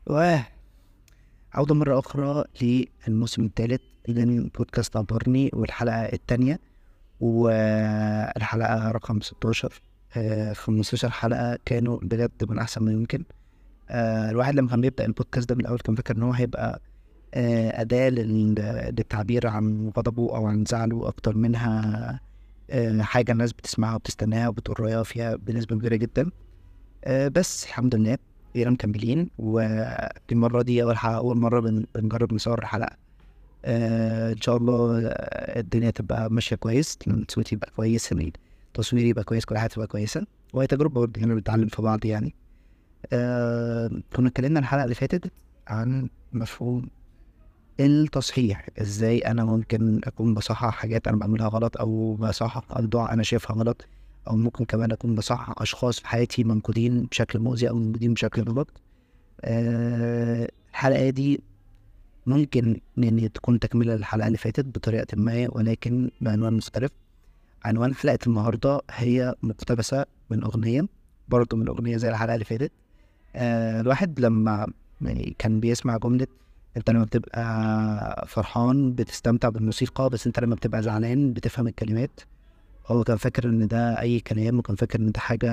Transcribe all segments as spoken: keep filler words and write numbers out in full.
وعودة مرة أخرى للموسم الثالث من بودكاست عبرني، والحلقة الثانية والحلقة رقم ستاشر. آه، خمستاشر حلقة كانوا بجد من أحسن ما يمكن. آه، الواحد لما كان بيبدأ البودكاست ده من الأول كان فاكر إن هو هيبقى آه، أداة لل- للتعبير عن غضبه أو عن زعله أكتر منها آه، حاجة الناس بتسمعها وبتستناها وبتقول رأيها فيها بنسبة كبيرة جدا. آه، بس الحمد لله غير مكملين، والمرة دي أول حلقة، أول مرة بن- بنجرب نصور حلقة. آه، إن شاء الله آه، الدنيا تبقى ماشية كويس، الصوت يبقى كويس، التصوير يبقى كويس، كل حاجة تبقى كويسة، وهي تجربة برضه هنا بنتعلم في بعض يعني. آه، كنا اتكلمنا الحلقة اللي فاتت عن مفهوم التصحيح، ازاي انا ممكن اكون بصحح حاجات انا بعملها غلط، او بصحح اوضاع انا شايفها غلط، او ممكن كمان اكون بصحح اشخاص في حياتي منقودين بشكل مؤذي او منقودين بشكل غلط. أه الحلقة دي ممكن ان تكون تكملة للحلقة اللي فاتت بطريقة ما، ولكن بعنوان مختلف. عنوان حلقة النهاردة هي مقتبسة من أغنية، برضه من أغنية زي الحلقة اللي فاتت. آه الواحد لما يعني كان بيسمع جملة انت لما بتبقى فرحان بتستمتع بالموسيقى، بس انت لما بتبقى زعلان بتفهم الكلمات. هو كان فاكر ان ده اي كلام، وكان فاكر ان ده حاجة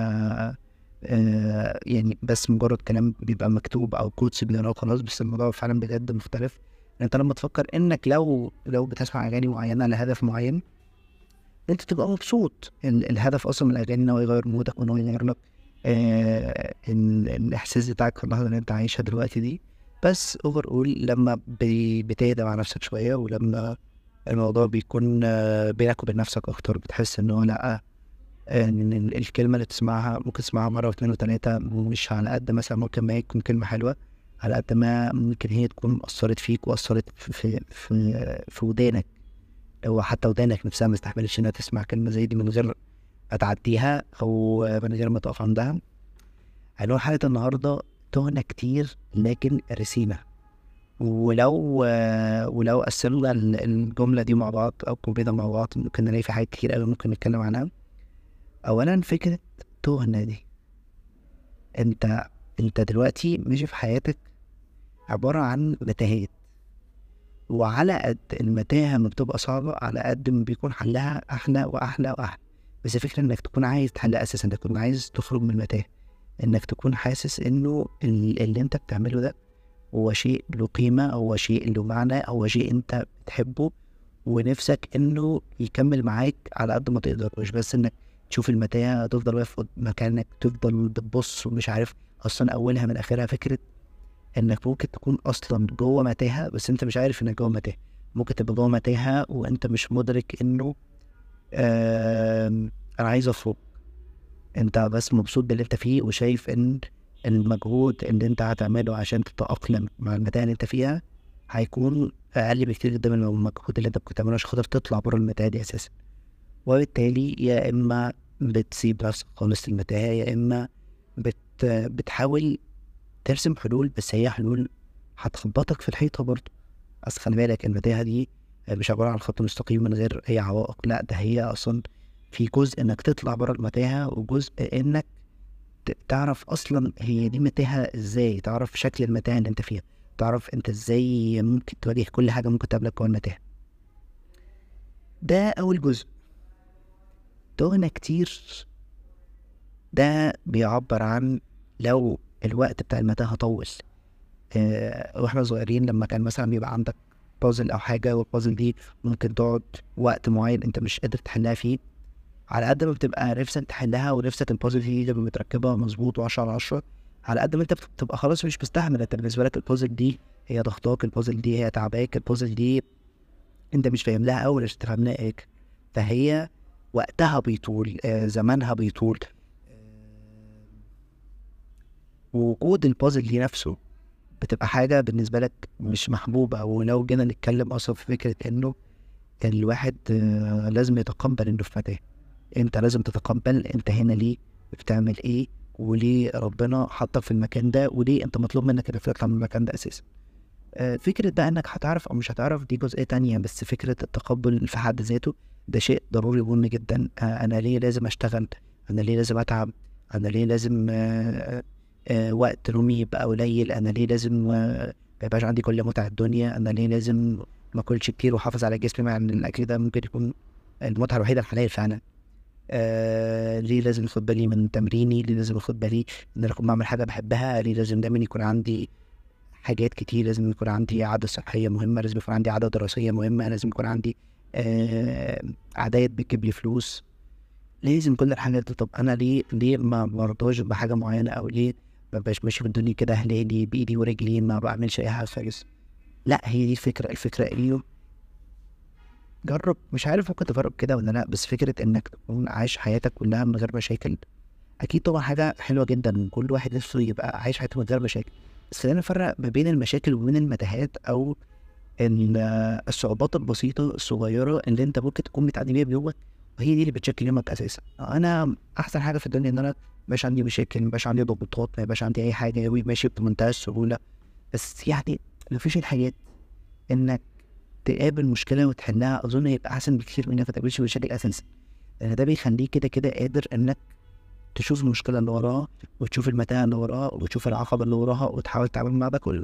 آه يعني بس مجرد كلام بيبقى مكتوب او كوتس بنقراه وخلاص. بس الموضوع فعلا بجد مختلف. انت لما تفكر انك لو لو بتسمع اغاني معينة لهدف معين، انت تبقى مبسوط. ال- الهدف اصلا من الاغاني ان هو يغير مودك، وان هو يغير لك آه ال- الاحساس بتاعك في اللحظه اللي انت عايشها دلوقتي دي. بس اوفر اول لما بي- بتهدى مع نفسك شويه، ولما الموضوع بيكون آه بينك وبين نفسك اكتر، بتحس ان هو لا، آه، ان ال- الكلمه اللي تسمعها ممكن تسمعها مره واثنين وثلاثه، مش على قد مثلا ممكن ما يكون كلمه حلوه، على قد ما ممكن هي تكون اثرت فيك واثرت في في في, في ودانك. هو حتى ودانك نفسها ما استحملتش انها تسمع كلمه زي دي من غير ما تعديها، او من غير ما تقف عندها. هنقول حلقه النهارده تهنا كتير لكن رسينا. ولو ولو قسمنا ال- الجمله دي مع بعض او الجمله مع بعض، ممكن نلاقي في حاجات كتير قوي ممكن نتكلم عنها. اولا فكره تهنا دي، انت انت دلوقتي ماشي في حياتك عباره عن متاهات، وعلى قد المتاهة ما بتبقى صعبة على قد ما بيكون حلها أحلى وأحلى وأحلى. بس الفكرة إنك تكون عايز تحلها أساسا، إنك تكون عايز تخرج من المتاهة، إنك تكون حاسس إنه ال- اللي أنت بتعمله ده هو شيء له قيمة، هو شيء له معنى، هو شيء أنت بتحبه، ونفسك إنه يكمل معاك على قد ما تقدر. مش بس إنك تشوف المتاهة تفضل واقف قد- مكانك، تفضل بتبص ومش عارف أصلا أولها من آخرها. فكرة انك ممكن تكون اصلا جوه متاهه بس انت مش عارف انك جوه متاهه. ممكن تبقى جوه متاهه وانت مش مدرك انه آم، انا عايز اخرج. انت بس مبسوط باللي انت فيه، وشايف ان المجهود اللي انت هتعمله عشان تتأقلم مع المتاهه اللي انت فيها هيكون اقل بكتير جدا من المجهود اللي انت كنت تعمله عشان خاطر تطلع بره المتاهه دي اساسا. وبالتالي يا اما بتسيب نفسك خالص المتاهه، يا اما بت بتحاول ترسم حلول، بس هي حلول هتخبطك في الحيطة برضه. أصل خلي بالك المتاهة دي مش عبارة عن خط مستقيم من غير أي عوائق، لأ ده هي أصلا في جزء إنك تطلع بره المتاهة، وجزء إنك ت- تعرف أصلا هي دي متاهة إزاي، تعرف شكل المتاهة اللي أنت فيها، تعرف أنت إزاي ممكن تواجه كل حاجة ممكن تقابلك جوه المتاهة. ده أول جزء. تهنا كتير ده بيعبر عن لو الوقت بتاع المتاهة طول. آه، واحنا صغيرين لما كان مثلا بيبقى عندك بازل او حاجه، والبازل دي ممكن تقعد وقت معين انت مش قادر تحلها فيه، على قد ما بتبقى نفسك تحلها ونفسك البازل دي تبقى متركبه مظبوط وعشرة على عشرة، على قد ما انت بتبقى خلاص مش مستحمل. انت بالنسبه لك البازل دي هي ضغطاك، البازل دي هي تعباك، البازل دي انت مش فاهم لها اول عشان تفهم لها ايه. فهي وقتها بيطول، آه زمانها بيطول، آه وجود البازل دي نفسه بتبقى حاجة بالنسبة لك مش محبوبة. ولو جينا نتكلم أصلا في فكرة إنه الواحد آه، لازم يتقبل إنه في متاهة. أنت لازم تتقبل أنت هنا ليه، بتعمل إيه، وليه ربنا حطك في المكان ده، وليه أنت مطلوب منك إنك تطلع من المكان ده أساسا. آه، فكرة بقى إنك هتعرف أو مش هتعرف دي جزئية تانية، بس فكرة التقبل في حد ذاته ده شيء ضروري مهم جدا. آه، أنا ليه لازم أشتغل، أنا ليه لازم أتعب، أنا ليه لازم آه، آه وقت نومي يبقى قليل، انا ليه لازم آه ما يبقاش عندي كل متع الدنيا، انا ليه لازم ما اكلش كتير واحافظ على جسمي مع ان الاكل ده ممكن يكون المتعه الوحيده الحاليه فعلا. آه ليه لازم اخد بالي من تمريني، ليه لازم اخد بالي ان انا اكون بعمل حاجه بحبها، ليه لازم دايما يكون عندي حاجات كتير، لازم يكون عندي عادة صحية مهمة، لازم يكون عندي عادة دراسية مهمة، لازم يكون عندي آه عادات بتجيب لي فلوس، لازم كل الحاجات دي. طب انا ليه ليه ما مرضاش بحاجة معينة، او ليه ما بقاش ماشي في الدنيا كده هلالي بايدي ورجلي ما بعملش اي حاجة خالص؟ لا، هي دي الفكرة. الفكرة ايه؟ جرب. مش عارف ممكن تجرب كده ولا لا، بس فكرة انك تكون عايش حياتك كلها من غير مشاكل اكيد طبعا حاجة حلوة جدا، كل واحد نفسه يبقى عايش حياته من غير مشاكل. بس خلينا نفرق ما بين المشاكل وبين المتاهات، او ال- الصعوبات البسيطة الصغيرة اللي انت ممكن تكون بتعدي بيها بيومك، وهي دي اللي بتشكل يومك اساسا. انا احسن حاجة في الدنيا ان انا مبقاش عندي مشاكل، مبقاش عندي ضغوطات، مبقاش عندي اي حاجة، يومي ماشي بمنتهى السهولة. بس يعني مفيش الحاجات انك تقابل مشكلة وتحلها، اظن هيبقى احسن بكتير من انك ما تقابلش مشاكل اساسا، لان ده بيخليك كده كده قادر انك تشوف المشكلة اللي وراها، وتشوف المتاهة اللي وراها، وتشوف العقبة اللي وراها، وتحاول تتعامل مع ده كله.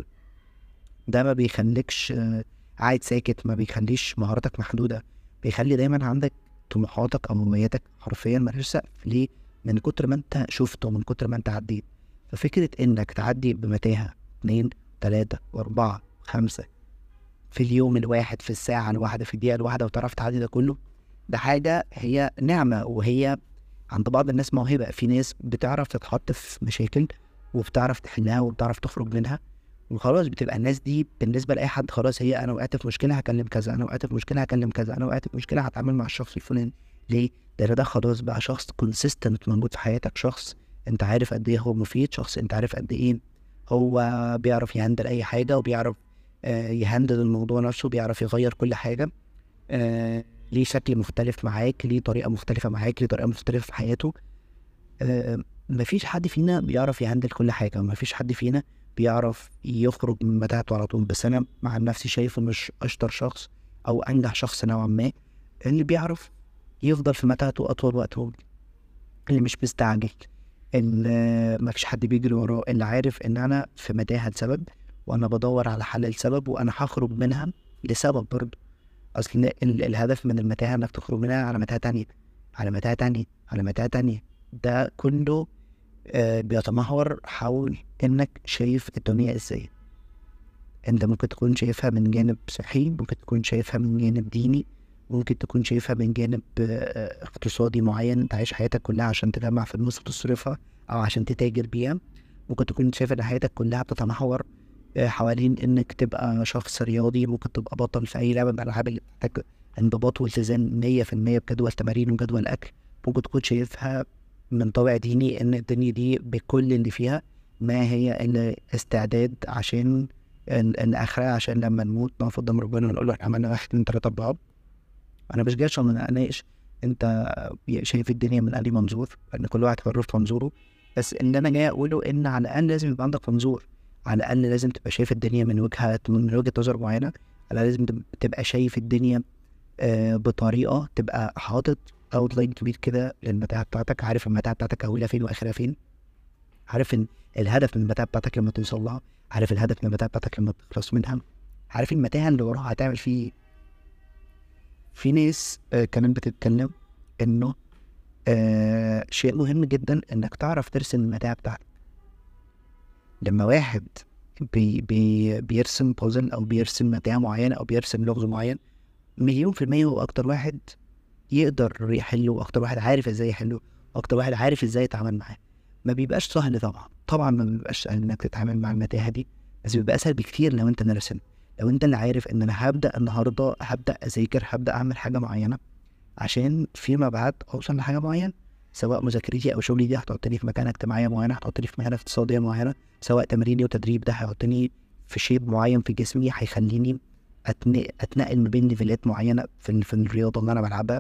ده ما بيخليكش آه، قاعد ساكت، ما بيخليش مهاراتك محدودة، بيخلي دايما عندك طموحاتك أو أمنياتك حرفيا ملهاش سقف. ليه؟ من كتر ما انت شفت ومن كتر ما انت عديت. ففكرة انك تعدي بمتاهة اتنين تلاتة واربعة خمسة في اليوم الواحد، في الساعة الواحدة، في الدقيقة الواحدة، وتعرف تعدي ده كله، ده حاجة هي نعمة، وهي عند بعض الناس موهبة. في ناس بتعرف تتحط في مشاكل وبتعرف تحلها وبتعرف تخرج منها، وخلاص بتبقى الناس دي بالنسبة لأي حد خلاص، هي أنا وقعت في مشكلة هكلم كذا، أنا وقعت في مشكلة هكلم كذا، أنا وقعت في مشكلة هتعامل مع الشخص الفلاني. ليه؟ ده ده خلاص بقى شخص كونسيستنت موجود في حياتك، شخص أنت عارف قد إيه هو مفيد، شخص أنت عارف قد إيه هو بيعرف يهندل أي حاجة، وبيعرف آه يهندل الموضوع نفسه، بيعرف يغير كل حاجة. آه ليه شكل مختلف معاك، ليه طريقة مختلفة معاك، ليه طريقة مختلفة في حياته. آه مفيش حد فينا بيعرف يهندل كل حاجة، ومفيش حد فينا بيعرف يخرج من متاهته على طول. بس أنا مع نفسي شايفه مش أشطر شخص أو أنجح شخص نوعا ما اللي بيعرف يفضل في متاهته أطول وقت ممكن، اللي مش مستعجل، اللي مفيش حد بيجري وراه، اللي عارف إن أنا في متاهة لسبب، وأنا بدور على حل لسبب، وأنا هخرج منها لسبب برضه. أصل ال- الهدف من المتاهة إنك تخرج منها على متاهة تانية، على متاهة تانية، على متاهة تانية. ده كله آه بيتمحور حول إنك شايف الدنيا إزاي. أنت ممكن تكون شايفها من جانب صحي، ممكن تكون شايفها من جانب ديني، ممكن تكون شايفها من جانب آه اقتصادي معين، أنت عايش حياتك كلها عشان تجمع فلوس وتصرفها أو عشان تتاجر بيها. ممكن تكون شايف إن حياتك كلها بتتمحور آه، حوالين إنك تبقى شخص رياضي، ممكن تبقى بطل في أي لعبة من الألعاب اللي بتحتاج انضباط والتزام مية في المية بجدول تمارين وجدول أكل. ممكن تكون شايفها من طابع ديني، إن الدنيا دي بكل اللي فيها ما هي إلا استعداد عشان ال- الآخرة، عشان لما نموت نقف قدام ربنا ونقول له إحنا عملنا واحد اتنين تلاتة أربعة. أنا مش جاي عشان أناقش أنت شايف الدنيا من أي منظور، لأن كل واحد حر في منظوره. بس اللي أنا جاي أقوله إن على الأقل لازم يبقى عندك منظور، على الأقل لازم تبقى شايف الدنيا من وجهة من وجهة نظر معينة، على الأقل لازم تب- تبقى شايف الدنيا آه بطريقة تبقى حاطط اوتلاين كبير كده للمتاهة بتاعتك، عارف المتاهة بتاعتك أولها فين وآخرها فين، عارف إن الهدف من المتاهة بتاعتك لما توصل لها، عارف الهدف من المتاهة بتاعتك لما تخلص منها، عارف المتاهة اللي وراها هتعمل فيه إيه. في ناس آه كانت بتتكلم إنه آه شيء مهم جدا إنك تعرف ترسم المتاهة بتاعتك. لما واحد بي بي بيرسم بازل أو بيرسم متاهة معينة أو بيرسم لغز معين، مليون في المية هو أكتر واحد يقدر يحله، واكتر واحد عارف ازاي يحله، واكتر واحد عارف ازاي يتعامل معاه. ما بيبقاش سهل طبعا، طبعا ما بيبقاش سهل انك تتعامل مع المتاهه دي، بس بيبقى اسهل بكتير لو انت نرسم. لو انت اللي عارف ان انا هبدا النهارده، هبدا اذاكر، هبدا اعمل حاجه معينه عشان فيما بعد اوصل لحاجه معينه، سواء مذاكرتي او شغلي دي هتحطني في مكانه اجتماعيه معينه، هتحطني في مهنه اقتصاديه معينه، سواء تمريني وتدريب ده هيحطني في شيب معين في جسمي، هيخليني أتن- اتنقل ما بين ليفلات معينه في ال- في الرياضه اللي انا بلعبها.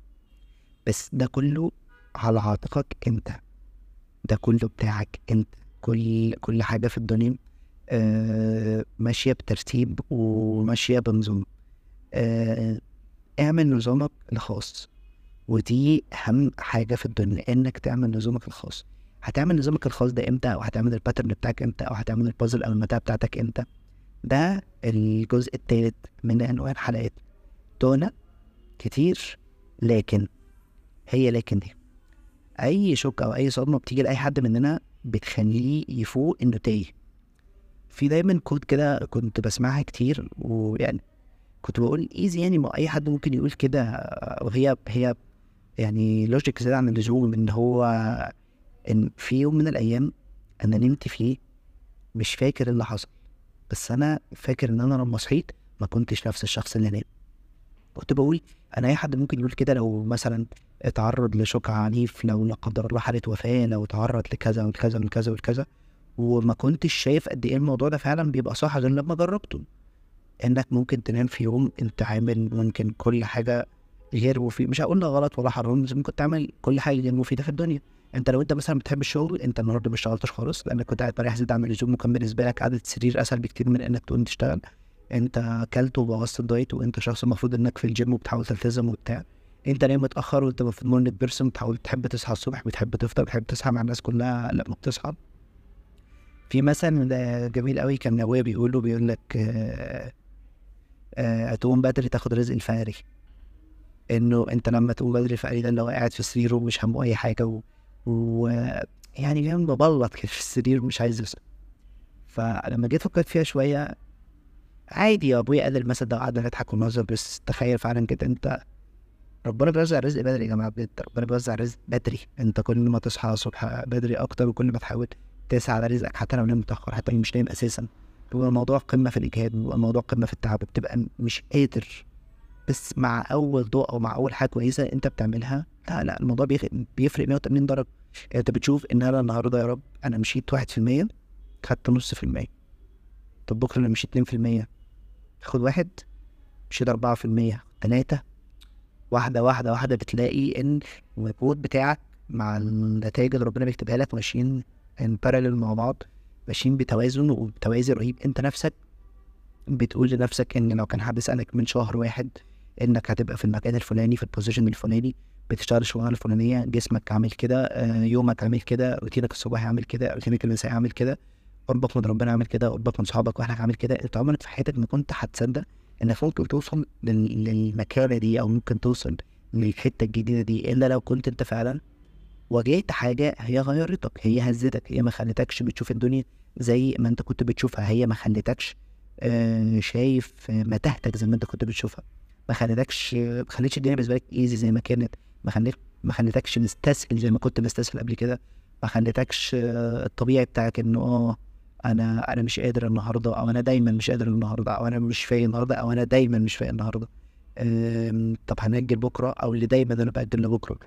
بس ده كله على عاتقك انت، ده كله بتاعك انت. كل كل حاجة في الدنيا آه ماشية بترتيب وماشية بنظام. آه اعمل نظامك الخاص، ودي أهم حاجة في الدنيا، إنك تعمل نظامك الخاص. هتعمل نظامك الخاص ده امتى، او هتعمل الباترن بتاعك امتى، او هتعمل البازل او المتاهه بتاعتك امتى. ده الجزء الثالث من عنوان حلقات تونة كتير. لكن هي لكن دي اي شوك او اي صدمه بتيجي لاي حد مننا بتخليه يفوق انه تايه. في دايما كود كده كنت بسمعها كتير، ويعني كنت بقول ايزي، يعني ما اي حد ممكن يقول كده، وهي هي يعني لوجيك زيادة عن اللزوم، ان هو ان في يوم من الايام انا نمت فيه مش فاكر اللي حصل، بس انا فاكر ان انا لما صحيت ما كنتش نفس الشخص اللي نام. كنت بقول انا اي حد ممكن يقول كده لو مثلا اتعرض لشوك عنيف، لو لا قدر الله حالة وفاة، لو اتعرض لكذا وكذا وكذا وكذا، وما كنتش شايف قد ايه الموضوع ده فعلا بيبقى صح غير لما جربته. انك ممكن تنام في يوم انت عامل ممكن كل حاجه غير مفيد، مش هقول لك غلط ولا حرام، بس ممكن تعمل كل حاجه غير مفيده في الدنيا. انت لو انت مثلا بتحب الشغل، انت النهارده ما اشتغلتش خالص لانك كنت قاعد مريح زياده عن اللزوم، وكان بالنسبه لك قعده السرير اسهل بكتير من انك تقوم تشتغل. انت اكلت وبوظت الدايت، وانت شخص المفروض انك في الجيم وبتحاول تلتزم وبتاع. انت نايم متاخر، وانت المفروض مورنينج بيرسون، بتحاول تحب تصحى الصبح، بتحب تفطر، بتحب تصحى مع الناس كلها لما بتصحى. في مثل جميل قوي كان ابويا بيقوله، بيقول لك آه آه تقوم بدري تاخد رزق الفقري. انه انت لما تقوم بدري الفقري ده اللي هو قاعد في سريره ومش همه اي حاجه، و, و... يعني جاي مبلط كده في السرير مش عايز يصحى. فلما جيت فكرت فيها شويه، عادي يا ابويا قال المثل ده وقعدنا نضحك ونهزر، بس تخيل فعلا كده، انت ربنا بيوزع الرزق بدري يا جماعه، بجد ربنا بيوزع الرزق بدري. انت كل ما تصحى الصبح بدري اكتر، وكل ما تحاول تسعى على رزقك حتى لو نام متاخر، حتى لو مش نايم اساسا. هو الموضوع قمه في الاجهاد، هو الموضوع قمه في التعب، بتبقى مش قادر، بس مع اول ضوء او مع اول حاجه كويسه انت بتعملها، لا لا الموضوع بيخ- بيفرق مية وتمانين درجه. انت بتشوف ان انا النهارده يا رب انا مشيت واحد في المية، خدت نص في المية. طب بكره انا مشيت اتنين في المية، خد واحد. مشيت اربعة في المية، تلاتة. واحده واحده واحده بتلاقي ان المجهود بتاعك مع النتائج اللي ربنا بيكتبها لك ماشيين ان باراليل مع بعض، ماشيين بتوازن وبتوازي رهيب. انت نفسك بتقول لنفسك ان لو كان حد سألك من شهر واحد انك هتبقى في المكان الفلاني في البوزيشن الفلاني، بتشتغل الشغلانه الفلانيه، جسمك عامل كده، آه، يومك عامل كده، روتينك الصباحي عامل كده، روتينك المسائي عامل كده، قربك من ربنا عامل كده، قربك من صحابك واهلك عامل كده، انت عمرك في حياتك ما كنت هتصدق انك ممكن توصل لل- للمكانه دي، او ممكن توصل للحته الجديده دي، الا لو كنت انت فعلا واجهت حاجه هي غيرتك، هي هزتك، هي ما خلتكش بتشوف الدنيا زي ما انت كنت بتشوفها، هي ما خلتكش آه، شايف آه، متاهتك زي ما انت كنت بتشوفها، ما خلتكش ما خلتش الدنيا بالنسبه لك ايزي زي ما كانت، ما خلت ما خلتكش مستسهل زي ما كنت مستسهل قبل كده، ما خلتكش آه، الطبيعي بتاعك انه اه انا انا مش قادر النهارده، او انا دايما مش قادر النهارده، او انا مش فايق النهارده، او انا دايما مش فايق النهارده. آم، طب هنأجل بكره، او اللي دايما انا بأجل لبكره.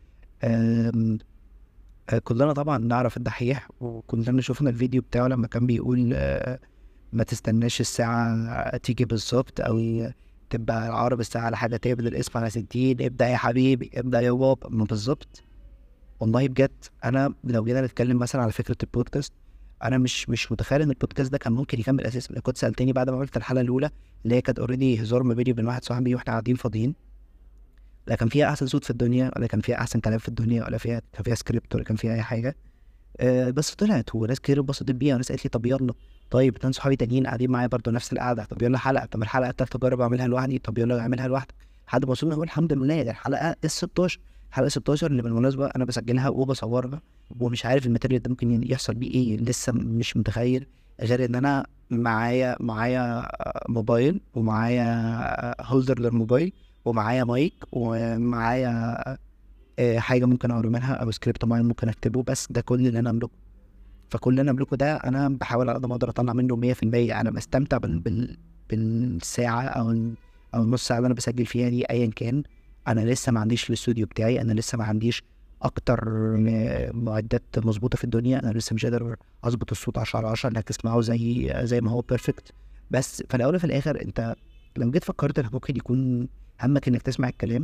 آم، آه، كلنا طبعا نعرف الدحيح، وكلنا شفنا الفيديو بتاعه لما كان بيقول آه، ما تستناش الساعة تيجي بالظبط، أو ي- تبقى عقرب الساعة على حاجة تقبل الاسم على ستين، ابدأ يا حبيبي، ابدأ يا بابا، ما بالظبط. والله بجد أنا لو جينا نتكلم مثلا على فكرة البودكاست، أنا مش مش متخيل إن البودكاست ده كان ممكن يكمل أساسا. لو كنت سألتني بعد ما عملت الحلقة الأولى اللي هي كانت أوريدي هزار ما بيني وبين واحد صاحبي وإحنا قاعدين فاضيين، لا كان فيها أحسن صوت في الدنيا، ولا كان فيها أحسن كلام في الدنيا، ولا فيها كان فيها سكريبت، ولا كان فيها أي حاجة. آه، بس طلعت وناس كتير اتبسطت بيها، وناس قالت لي طب يلا. طيب اتنين صحابي تانيين قاعدين معايا برضه نفس القعده، طب يلا حلقه، طب الحلقه التالتة اجرب اعملها لوحدي، طب يلا اعملها لوحدك، لحد ما وصلنا نقول الحمد لله ده الحلقه ال ستاشر. الحلقه ستاشر اللي بالمناسبه انا بسجلها وبصورها، ومش عارف الماتيريال ده ممكن يحصل بيه ايه، لسه مش متخيل، غير ان انا معايا معايا آه، موبايل، ومعايا هولدر للموبايل، ومعايا مايك، ومعايا آه، حاجه ممكن اقرا منها، او سكريبت معين ممكن اكتبه، بس ده كل اللي انا املكه. فكل اللي انا املكه ده انا بحاول على قد ما اقدر اطلع منه مية في المية. انا بستمتع بال... بال... بالساعه او ال- او النص ساعه اللي انا بسجل فيها دي ايا كان. انا لسه ما عنديش الاستوديو بتاعي، انا لسه ما عنديش اكتر م- معدات مظبوطه في الدنيا، انا لسه مش قادر اظبط الصوت عشرة على عشرة انك تسمعه زي زي ما هو بيرفكت. بس في الاول وفي الاخر انت لو جيت فكرت انك ممكن يكون همك انك تسمع الكلام.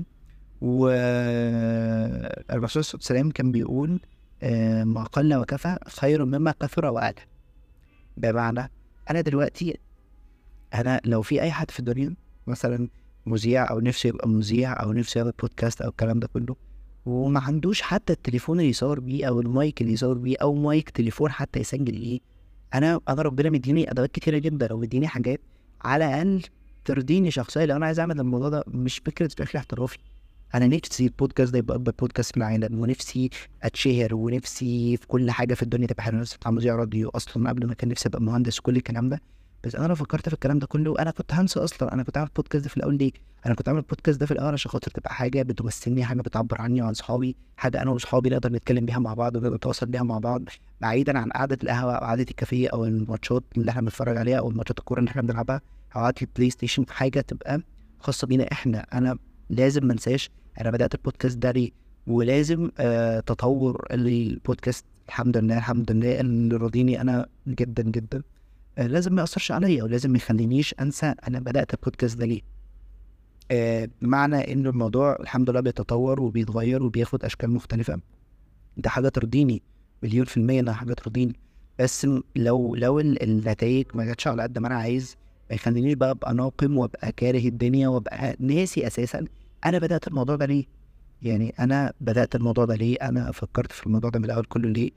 والرسول صلى الله عليه وسلم كان بيقول آه، ما قل وكفى خير مما كثر وقل. بمعنى انا دلوقتي، انا لو في اي حد في الدنيا مثلا مذيع، او نفسه يبقى مذيع، او نفسه يعمل بودكاست، او الكلام ده كله، وما عندوش حتى التليفون اللي يصور بيه او المايك اللي يصور بيه او مايك تليفون حتى يسجل بيه. انا انا ربنا مديني ادوات كتيره جدا ومديني حاجات على الاقل ترضيني شخصيا لو انا عايز اعمل الموضوع ده، مش فكره بشكل احترافي. انا نفسي البودكاست ده يبقى اكبر بودكاست في العالم، ونفسي اتشهر، ونفسي في كل حاجه في الدنيا تبقى حلوه. نفسي بتاع مذيع راديو اصلا قبل ما كان نفسي ابقى مهندس وكل الكلام ده. بس انا لو فكرت في الكلام ده كله انا كنت هنسى اصلا انا كنت عامل بودكاست ده في الاول ليه. انا كنت عامل البودكاست ده في الاول عشان خاطر تبقى حاجه بتمثلني، حاجه بتعبر عني وعن صحابي، حاجه انا واصحابي نقدر نتكلم بيها مع بعض ونقدر نتواصل بيها مع بعض، بعيدا عن قعده القهوه او قعده الكافيه او الماتشات اللي احنا بنتفرج عليها او الماتشات الكوره اللي احنا بنلعبها او قعده البلاي ستيشن. حاجه تبقى خاصه بينا احنا. انا لازم ما انساش انا بدات البودكاست ده ليه، ولازم آه تطور البودكاست الحمد لله الحمد لله اللي راضيني انا جدا جدا. آه لازم ما ياثرش عليا ولازم ما يخلينيش انسى انا بدات البودكاست ده ليه. آه بمعنى ان الموضوع الحمد لله بيتطور وبيتغير وبياخد اشكال مختلفه. ده حاجه ترضيني مليون في الميه، انها حاجه ترضيني. بس م- لو لو ال- النتائج ما جاتش على قد ما انا عايز، ما يخلينيش بقى ابقى ناقم وابقى كاره الدنيا وابقى ناسي اساسا انا بدات الموضوع ده ليه. يعني انا بدات الموضوع ده ليه، انا فكرت في الموضوع ده من الاول كله ليه.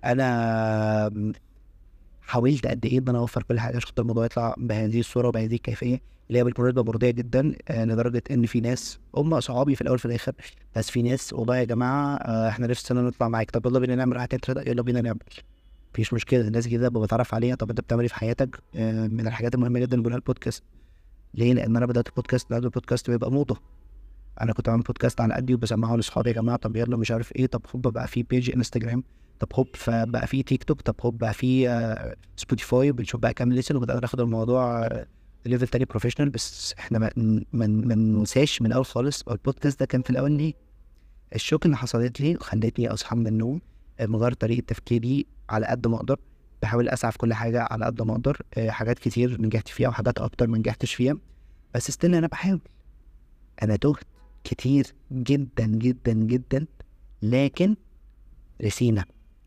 انا حاولت قد ايه ان انا اوفر كل حاجه عشان خاطر الموضوع يطلع بهذه الصوره وبهذه الكيفيه اللي هي بالمناسبه مرضيه جدا. آه لدرجه ان في ناس هم صحابي في الاول في الاخر، بس في ناس والله يا جماعه آه احنا نفسنا نطلع معاك، طب يلا بينا نعمل واحد اتنين تلاته، يلا بينا نعمل. مفيش مشكله، الناس كده بتعرف عليها. طب انت بتعمل ايه في حياتك؟ آه من الحاجات المهمه جدا اللي بقولها البودكاست. ليه؟ لان انا بدات البودكاست لان البودكاست بيبقى موضه. انا كنت عامل بودكاست على قدي وبسمعه لاصحابي يا جماعه، طب يلا مش عارف ايه، طب هوب بقى في بيج انستجرام، طب هوب فبقى في تيك توك، طب هوب بقى في آه، سبوتيفاي، وبنشوف بقى كام ليسن وبدأنا ناخد الموضوع آه، ليفل تاني بروفيشنال. بس احنا ما ما ما ننساش من الاول خالص البودكاست ده كان في الاول ليه. الشوك اللي حصلت لي خلتني اصحى من النوم آه، مغير طريقه تفكيري على قد ما اقدر. بحاول اسعى في كل حاجه على قد ما اقدر. آه، حاجات كتير نجحت فيها وحاجات اكتر ما نجحتش فيها، بس استنى انا بحاول. انا تهت كتير جدا جدا جدا، لكن رسينا.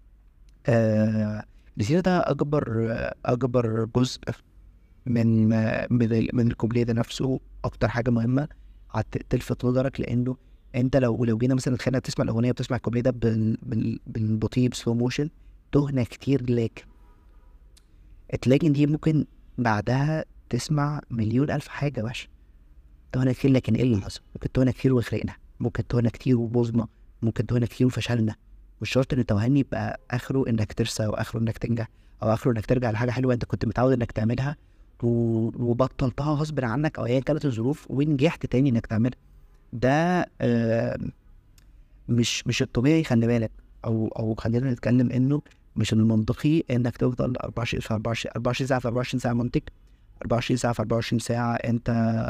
آه رسينا ده اكبر اكبر جزء من من ال- من الكوبليه ده نفسه. اكتر حاجه مهمه هت- تلفت نظرك، لانه انت لو لو جينا مثلا تخيل تسمع الاغنيه بتسمع الكوبليه ده بال- بال- بالبطيء بسلو موشن، تهنا كتير. لكن تلاقي دي ممكن بعدها تسمع مليون الف حاجه وحشه. تهنا كتير لكن ايه اللي حصل؟ ممكن تهنا كتير وغرقنا، ممكن تهنا كتير وبوظنا، ممكن تهنا كتير وفشلنا. مش شرط ان التوهان يبقى اخره انك ترسى واخره انك تنجح او اخره انك ترجع لحاجه حلوه انت كنت متعود انك تعملها و- وبطلتها غصب عنك او ايا كانت الظروف ونجحت تاني انك تعملها. ده آه مش مش الطبيعي، خلي بالك. او او خلينا نتكلم انه مش المنطقي انك تفضل اربعة وعشرين في اربعة وعشرين اربعة وعشرين ساعه في اربعة وعشرين ساعه منتج، اربعة وعشرين ساعه في اربعة وعشرين ساعه انت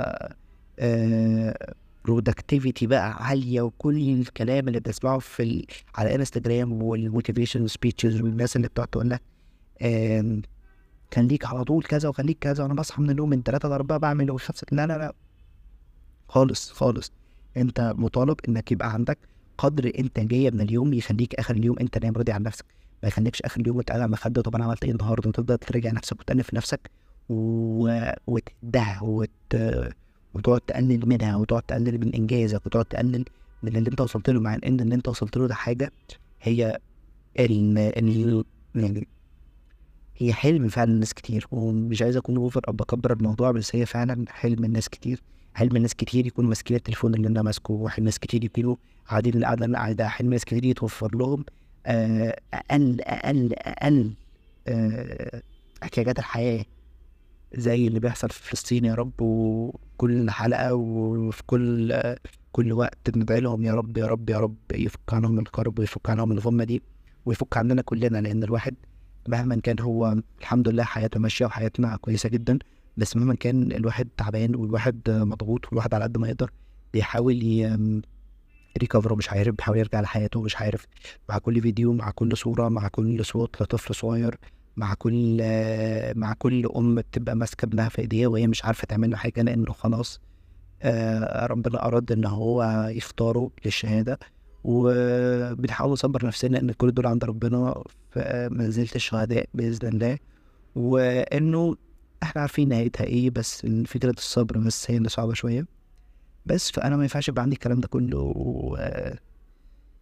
برودكتيفيتي بقى عاليه، وكل الكلام اللي بتسمعه في ال... على انستجرام والموتيفيشن سبيتشز والناس اللي بتقعد تقول لك آم، كان ليك على طول كذا وخليك كذا، وانا بصحى من النوم من ثلاثة ل أربعة بعمل وخمسة. لا لا لا خالص خالص. انت مطالب انك يبقى عندك قدر انتاجيه من اليوم يخليك اخر اليوم انت نايم راضي عن نفسك. ما يخليكش اخر اليوم وانت قاعد على المخده طب انا عملت ايه النهارده، وتفضل تراجع نفسك وتأنف نفسك و... وتدها وت... وتقعد تقلل منها وتقعد تقلل من انجازك وتقعد تقلل من اللي انت وصلت له، مع ان اللي انت وصلت له ده حاجه هي ال... ال... يعني هي حلم فعلا ناس كتير. ومش عايز اكون اوفر او بكبر الموضوع، بس هي فعلا حلم الناس كتير. حلم الناس كتير يكونوا ماسكين التليفون اللي انا ماسكه، وحلم ناس كتير يكونوا قاعدين القعده اللي أنا قاعدها، حلم ناس كتير يتوفر لهم آه، اقل اقل اقل آه، احتياجات الحياه زي اللي بيحصل في فلسطين يا رب. وكل حلقه وفي كل آه، كل وقت بندعي لهم يا رب يا رب يا رب يفك عنهم من الكرب ويفك عنهم من الغمه دي ويفك عننا كلنا. لان الواحد مهما كان هو الحمد لله حياته ماشيه وحياتنا كويسه جدا، بس مهما كان الواحد تعبان والواحد مضغوط والواحد على قد ما يقدر بيحاول ريكفر ومش عارف، بيحاول يرجع لحياته ومش عارف. مع كل فيديو، مع كل صورة، مع كل صوت لطفل صغير، مع كل مع كل أم بتبقى ماسكة ابنها في ايديها وهي مش عارفة تعمل له حاجة لأنه خلاص آه ربنا أراد إن هو يختاره للشهادة. وبنحاول نصبر نفسنا إن كل دول عند ربنا في منزلة الشهداء بإذن الله، وإنه إحنا عارفين نهايتها إيه، بس فكرة الصبر بس هي اللي صعبة شوية. بس فأنا ما ينفعش يبقى عندي الكلام ده كله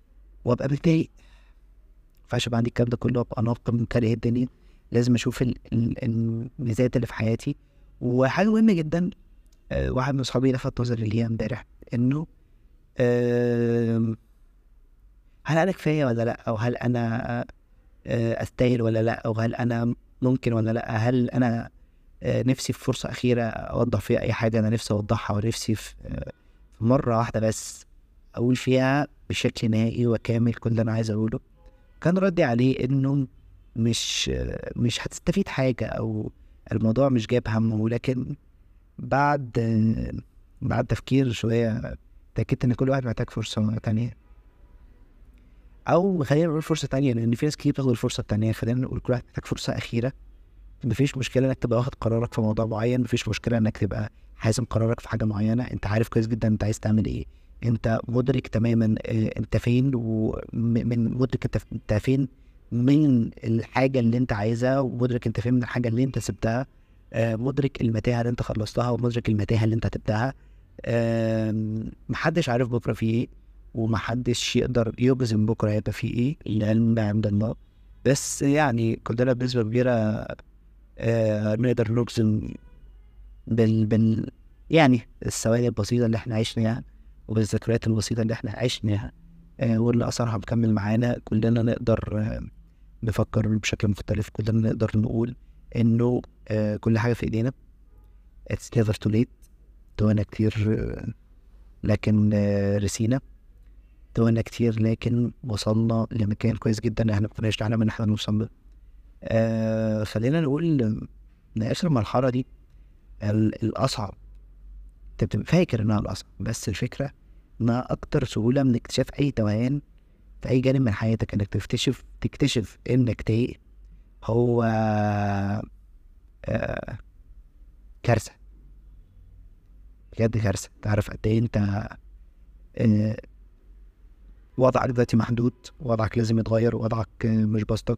وابقى متضايق. مينفعش يبقى عندي الكلام ده كله ابقى ناقم كاره الدنيا. لازم اشوف ال- ال- الميزات اللي في حياتي. وحاجه مهمه جدا، آه، واحد من اصحابي لفت نظري ليها امبارح، انه آم، هل انا كفايه ولا لا، او هل انا آه، استاهل ولا لا، او هل انا ممكن ولا لا، هل انا آه، نفسي في فرصه اخيره اوضح فيها اي حاجه انا نفسي اوضحها، ونفسي في آه، في مره واحده بس اقول فيها بشكل نهائي وكامل كل اللي انا عايز اقوله. كان ردي عليه انه مش آه، مش هتستفيد حاجه، او الموضوع مش جايب همه. لكن بعد آه، بعد تفكير شويه اتأكدت ان كل واحد محتاج فرصه تانية، او خلينا نقول فرصه تانية، لان في ناس كتير بتاخد الفرصه التانية. خلينا نقول كل واحد محتاج فرصه اخيره. مفيش مشكله انك تبقى واخد قرارك في موضوع معين، مفيش مشكله انك تبقى حازم قرارك في حاجه معينه، انت عارف كويس جدا انت عايز تعمل ايه، انت مدرك تماما آه، انت فين، ومن مدرك انت انت فين من الحاجه اللي انت عايزها، ومدرك انت فين من الحاجه اللي انت سبتها، آه، مدرك المتاهه اللي انت خلصتها، ومدرك المتاهه اللي انت هتبداها. آم، محدش عارف بكره فيه ايه، ومحدش يقدر يجزم بكره هيبقى فيه ايه، العلم عند الله. بس يعني كلنا بنسبه كبيره آه نقدر نجزم بال... بال يعني الثواني البسيطة اللي احنا عشناها، وبالذكريات البسيطة اللي احنا عشناها، آه واللي أثرها مكمل معانا. كلنا نقدر آه نفكر بشكل مختلف، كلنا نقدر نقول إنه آه كل حاجة في إيدينا. it's never too late. تونا كتير آه لكن آه رسينا، تونا كتير لكن وصلنا لمكان كويس جدا احنا مكناش نعلم إن احنا نوصل له. آه خلينا نقول إن آخر مرحلة دي ال- الأصعب. أنت بتبقى فاكر إنها الأصعب، بس الفكرة إنها أكتر سهولة من اكتشاف أي توهان في أي جانب من حياتك. إنك تكتشف تكتشف إنك تايه هو آه كارثة، بجد كارثة. تعرف قد إيه أنت آه وضعك دلوقتي محدود، وضعك لازم يتغير، وضعك آه مش بسطك.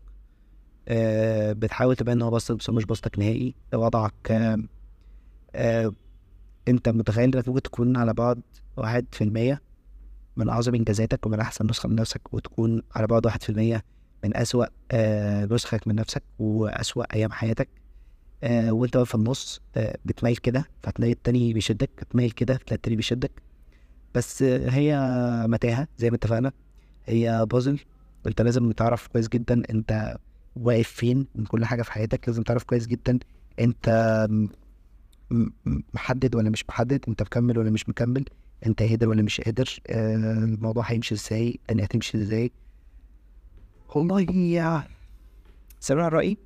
آه بتحاول تبان إن هو بسطك، بس هو مش بسطك نهائي. وضعك آه آه أنت متخيل إنك ممكن تكون على بعد واحد في المية من أعظم إنجازاتك ومن أحسن نسخة من نفسك، وتكون على بعد واحد في المية من أسوأ آه نسخك من نفسك وأسوأ أيام حياتك. آه وأنت واقف في النص، آه بتميل كده فتلاقي التاني بيشدك، بتميل كده فتلاقي التاني بيشدك. بس آه هي متاهة زي ما اتفقنا، هي بازل. أنت لازم تعرف كويس جدا أنت واقف فين من كل حاجة في حياتك. لازم تعرف كويس جدا أنت م- م- محدد ولا مش محدد، انت مكمل ولا مش مكمل، انت قادر ولا مش قادر، آه الموضوع هيمشي ازاي، الدنيا هتمشي ازاي. والله يا سامع عن رأيي،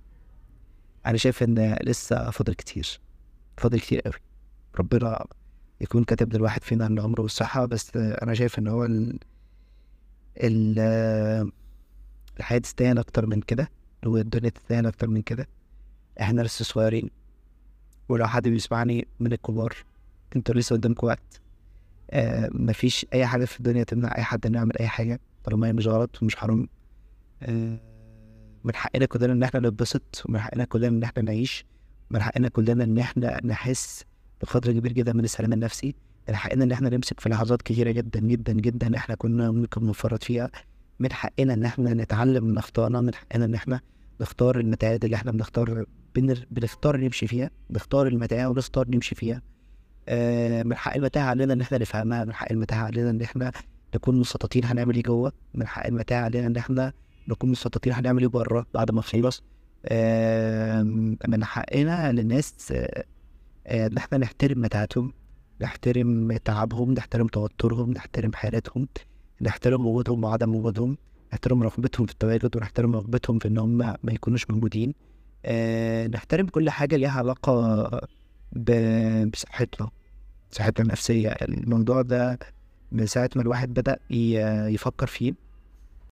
انا شايف ان لسه فاضل كتير، فاضل كتير قوي. ربنا يكون كاتب للواحد فينا العمر والصحة. بس آه انا شايف ان هو ال ال آه، الحياة تستاهل اكتر من كده، والدنيا تستاهل اكتر من كده. احنا لسه صغيرين، ولو حد بيسمعني من الكبار، انتوا لسه قدامكم وقت. آه مفيش اي حاجه في الدنيا تمنع اي حد انه يعمل اي حاجه طالما هي مش غلط ومش حرام. آه من حقنا كلنا ان احنا نتبسط، ومن حقنا كلنا ان احنا نعيش، من حقنا كلنا ان احنا نحس بقدر كبير جدا من السلام النفسي. من حقنا ان احنا نمسك في لحظات كتيره جدا جدا جدا احنا كنا ممكن نفرط فيها. من حقنا ان احنا نتعلم من اخطائنا، من حقنا ان احنا نختار المتاهات اللي احنا بنختار بنر... بنختار نمشي فيها، نختار المتاهه ونختار نمشي فيها. آه، من حق المتاهة علينا ان احنا نفهمها، من حق المتاهة علينا ان احنا نكون مستطيل هنعمل ايه جوه، من حق المتاهة علينا ان احنا نكون مستطيل هنعمل ايه بره بعد ما نخلص. آه، من حقنا للناس آه، آه، ان احنا نحترم متاعتهم، نحترم تعبهم، نحترم توترهم، نحترم حياتهم، نحترم وجودهم وعدم وجودهم، نحترم رغبتهم في التواجد، ونحترم رغبتهم في ان هم ما يكونوش موجودين. آه، نحترم كل حاجة ليها علاقة ب- بصحتنا، صحتنا النفسية. الموضوع ده من ساعة ما الواحد بدأ ي- يفكر فيه